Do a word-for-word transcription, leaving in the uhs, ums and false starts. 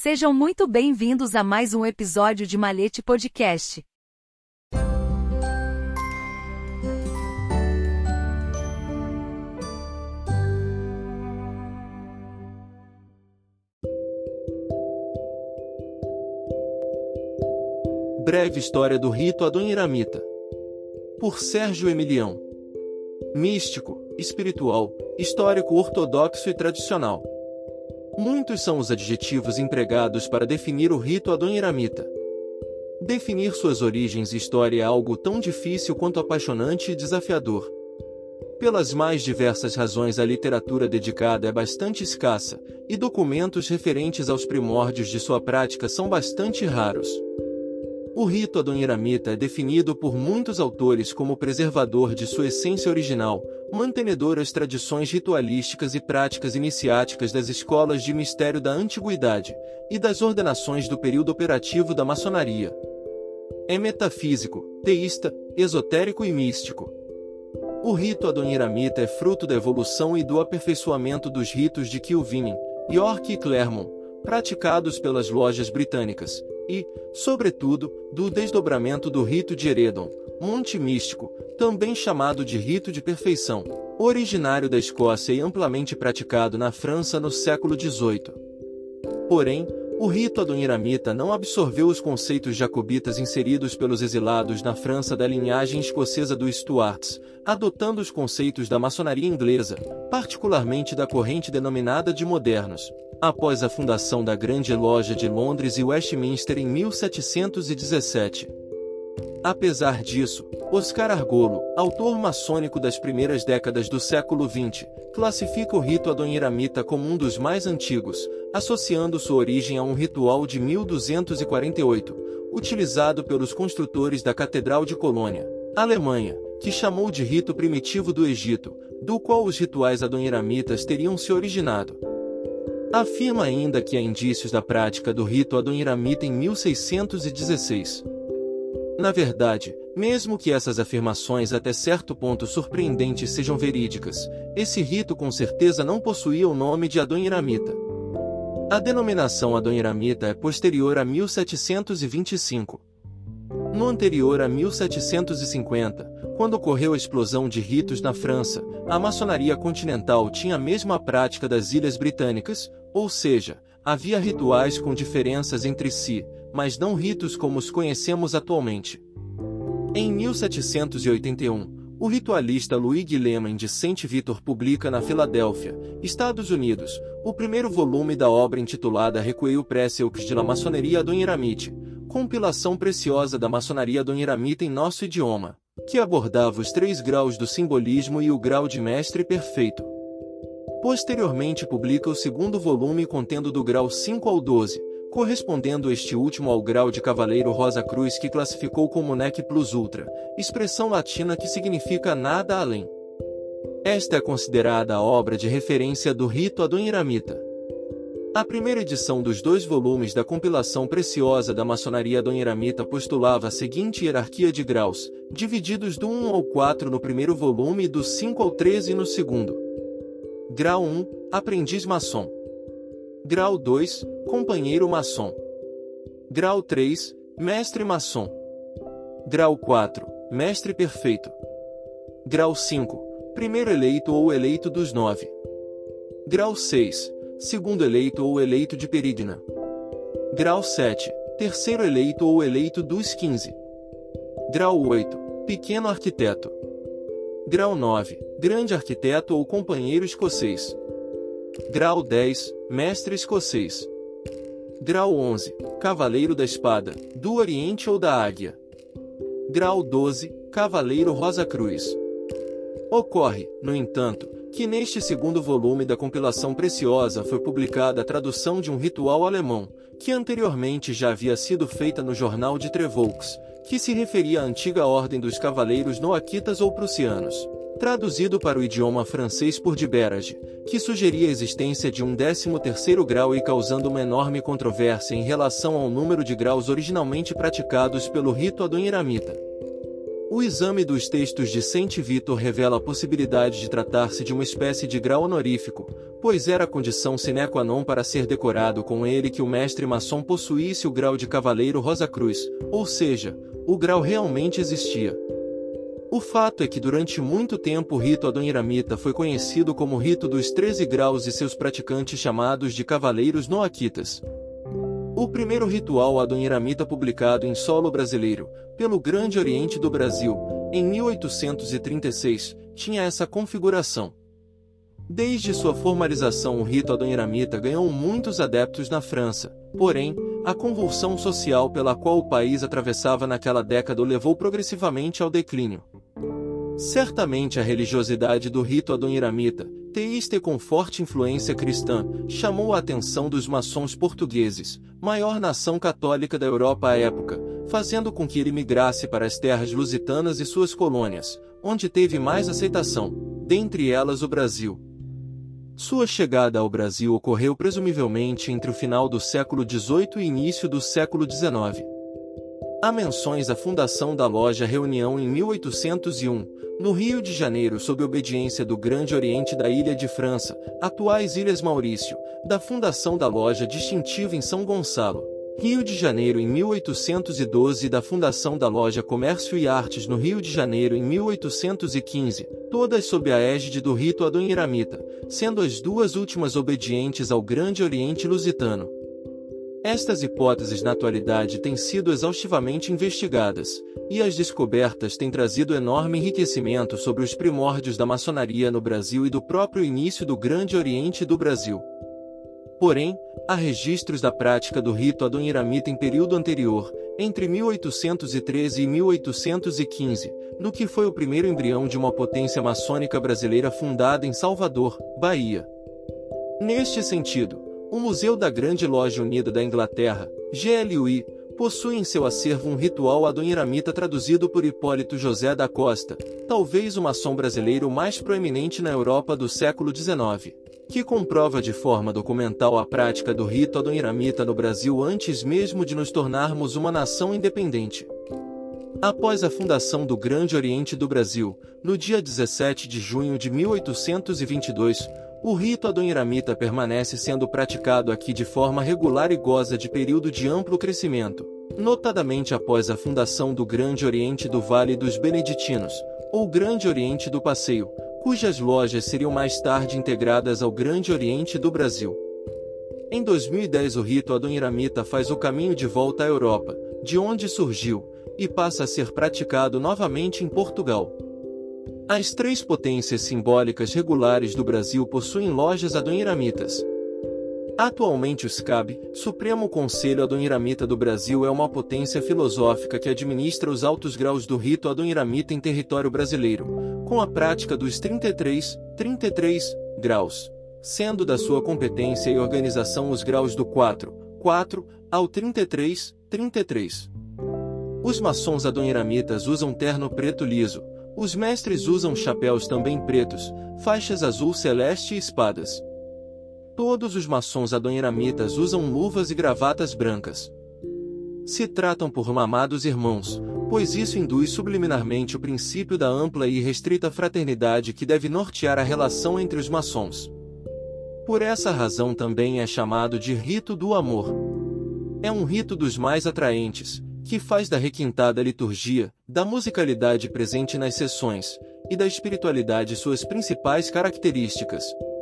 Sejam muito bem-vindos a mais um episódio de Malete Podcast. Breve História do Rito Adoniramita. Por Sérgio Emilião. Místico, espiritual, histórico ortodoxo e tradicional. Muitos são os adjetivos empregados para definir o rito adoniramita. Definir suas origens e história é algo tão difícil quanto apaixonante e desafiador. Pelas mais diversas razões, a literatura dedicada é bastante escassa, e documentos referentes aos primórdios de sua prática são bastante raros. O rito adoniramita é definido por muitos autores como preservador de sua essência original, mantenedor as tradições ritualísticas e práticas iniciáticas das escolas de mistério da antiguidade, e das ordenações do período operativo da maçonaria. É metafísico, teísta, esotérico e místico. O rito adoniramita é fruto da evolução e do aperfeiçoamento dos ritos de Kilvinin, York e Clermont, praticados pelas lojas britânicas, e, sobretudo, do desdobramento do rito de Eredon, Monte Místico, também chamado de rito de perfeição, originário da Escócia e amplamente praticado na França no século dezoito. Porém, o rito adoniramita não absorveu os conceitos jacobitas inseridos pelos exilados na França da linhagem escocesa dos Stuarts, adotando os conceitos da maçonaria inglesa, particularmente da corrente denominada de modernos, após a fundação da Grande Loja de Londres e Westminster em mil setecentos e dezessete. Apesar disso, Oscar Argolo, autor maçônico das primeiras décadas do século vinte, classifica o rito adoniramita como um dos mais antigos, associando sua origem a um ritual de mil duzentos e quarenta e oito, utilizado pelos construtores da Catedral de Colônia, Alemanha, que chamou de rito primitivo do Egito, do qual os rituais adoniramitas teriam se originado. Afirma ainda que há indícios da prática do rito adoniramita em mil seiscentos e dezesseis. Na verdade, mesmo que essas afirmações até certo ponto surpreendentes sejam verídicas, esse rito com certeza não possuía o nome de adoniramita. A denominação adoniramita é posterior a mil setecentos e vinte e cinco. No anterior a mil setecentos e cinquenta, quando ocorreu a explosão de ritos na França, a maçonaria continental tinha a mesma prática das Ilhas Britânicas, ou seja, havia rituais com diferenças entre si, mas não ritos como os conhecemos atualmente. Em mil setecentos e oitenta e um, o ritualista Louis Guillemin de Saint Vitor publica na Filadélfia, Estados Unidos, o primeiro volume da obra intitulada Recueil Précieux de la Maçonnerie Adoniramite, compilação preciosa da maçonaria adoniramita em nosso idioma, que abordava os três graus do simbolismo e o grau de mestre perfeito. Posteriormente publica o segundo volume contendo do grau cinco ao doze, correspondendo este último ao grau de Cavaleiro Rosa Cruz, que classificou como Nec Plus Ultra, expressão latina que significa nada além. Esta é considerada a obra de referência do rito adoniramita. A primeira edição dos dois volumes da compilação preciosa da maçonaria adoniramita postulava a seguinte hierarquia de graus, divididos do um ao quatro no primeiro volume e do cinco ao treze no segundo. Grau um, Aprendiz Maçom. Grau dois, Companheiro Maçom. Grau três, Mestre Maçom. Grau quatro, Mestre Perfeito. Grau cinco, Primeiro Eleito ou Eleito dos Nove. Grau seis, Segundo Eleito ou Eleito de Perígna. Grau sete, Terceiro Eleito ou Eleito dos Quinze. Grau oito, Pequeno Arquiteto. Grau nove, Grande Arquiteto ou Companheiro Escocês. Grau dez, Mestre Escocês. Grau onze, Cavaleiro da Espada, do Oriente ou da Águia. Grau doze, Cavaleiro Rosa Cruz. Ocorre, no entanto, que neste segundo volume da compilação preciosa foi publicada a tradução de um ritual alemão, que anteriormente já havia sido feita no jornal de Trevaux, que se referia à antiga ordem dos cavaleiros noaquitas ou prussianos, traduzido para o idioma francês por Diberage, que sugeria a existência de um décimo terceiro grau e causando uma enorme controvérsia em relação ao número de graus originalmente praticados pelo rito adoniramita. O exame dos textos de Saint Vitor revela a possibilidade de tratar-se de uma espécie de grau honorífico, pois era a condição sine qua non para ser decorado com ele que o mestre maçom possuísse o grau de Cavaleiro Rosa Cruz, ou seja, o grau realmente existia. O fato é que durante muito tempo o rito adoniramita foi conhecido como rito dos treze graus e seus praticantes chamados de Cavaleiros Noaquitas. O primeiro ritual adoniramita publicado em solo brasileiro, pelo Grande Oriente do Brasil, em mil oitocentos e trinta e seis, tinha essa configuração. Desde sua formalização o rito adoniramita ganhou muitos adeptos na França, porém, a convulsão social pela qual o país atravessava naquela década o levou progressivamente ao declínio. Certamente a religiosidade do rito adoniramita, teísta e com forte influência cristã, chamou a atenção dos maçons portugueses, maior nação católica da Europa à época, fazendo com que ele migrasse para as terras lusitanas e suas colônias, onde teve mais aceitação, dentre elas o Brasil. Sua chegada ao Brasil ocorreu presumivelmente entre o final do século dezoito e início do século dezenove. Há menções à fundação da Loja Reunião em mil oitocentos e um, no Rio de Janeiro sob obediência do Grande Oriente da Ilha de França, atuais Ilhas Maurício, da fundação da Loja Distintiva em São Gonçalo, Rio de Janeiro em mil oitocentos e doze e da fundação da Loja Comércio e Artes no Rio de Janeiro em mil oitocentos e quinze, todas sob a égide do rito adoniramita, sendo as duas últimas obedientes ao Grande Oriente Lusitano. Estas hipóteses na atualidade têm sido exaustivamente investigadas, e as descobertas têm trazido enorme enriquecimento sobre os primórdios da maçonaria no Brasil e do próprio início do Grande Oriente do Brasil. Porém, há registros da prática do rito adoniramita em período anterior, entre mil oitocentos e treze e mil oitocentos e quinze, no que foi o primeiro embrião de uma potência maçônica brasileira fundada em Salvador, Bahia. Neste sentido, o Museu da Grande Loja Unida da Inglaterra, G L U I, possui em seu acervo um ritual adoniramita traduzido por Hipólito José da Costa, talvez o maçom brasileiro mais proeminente na Europa do século dezenove, que comprova de forma documental a prática do rito adoniramita no Brasil antes mesmo de nos tornarmos uma nação independente. Após a fundação do Grande Oriente do Brasil, no dia dezessete de junho de mil oitocentos e vinte e dois, o rito adoniramita permanece sendo praticado aqui de forma regular e goza de período de amplo crescimento, notadamente após a fundação do Grande Oriente do Vale dos Beneditinos, ou Grande Oriente do Passeio, cujas lojas seriam mais tarde integradas ao Grande Oriente do Brasil. Em dois mil e dez o rito adoniramita faz o caminho de volta à Europa, de onde surgiu, e passa a ser praticado novamente em Portugal. As três potências simbólicas regulares do Brasil possuem lojas adoniramitas. Atualmente o S C A B, Supremo Conselho Adoniramita do Brasil, é uma potência filosófica que administra os altos graus do rito adoniramita em território brasileiro, com a prática dos trinta e três, trinta e três graus, sendo da sua competência e organização os graus do quatro, quatro ao trinta e três, trinta e três. Os maçons adoniramitas usam terno preto liso. Os mestres usam chapéus também pretos, faixas azul celeste e espadas. Todos os maçons adoniramitas usam luvas e gravatas brancas. Se tratam por mamados irmãos, pois isso induz subliminarmente o princípio da ampla e irrestrita fraternidade que deve nortear a relação entre os maçons. Por essa razão também é chamado de rito do amor. É um rito dos mais atraentes, que faz da requintada liturgia, da musicalidade presente nas sessões, e da espiritualidade suas principais características.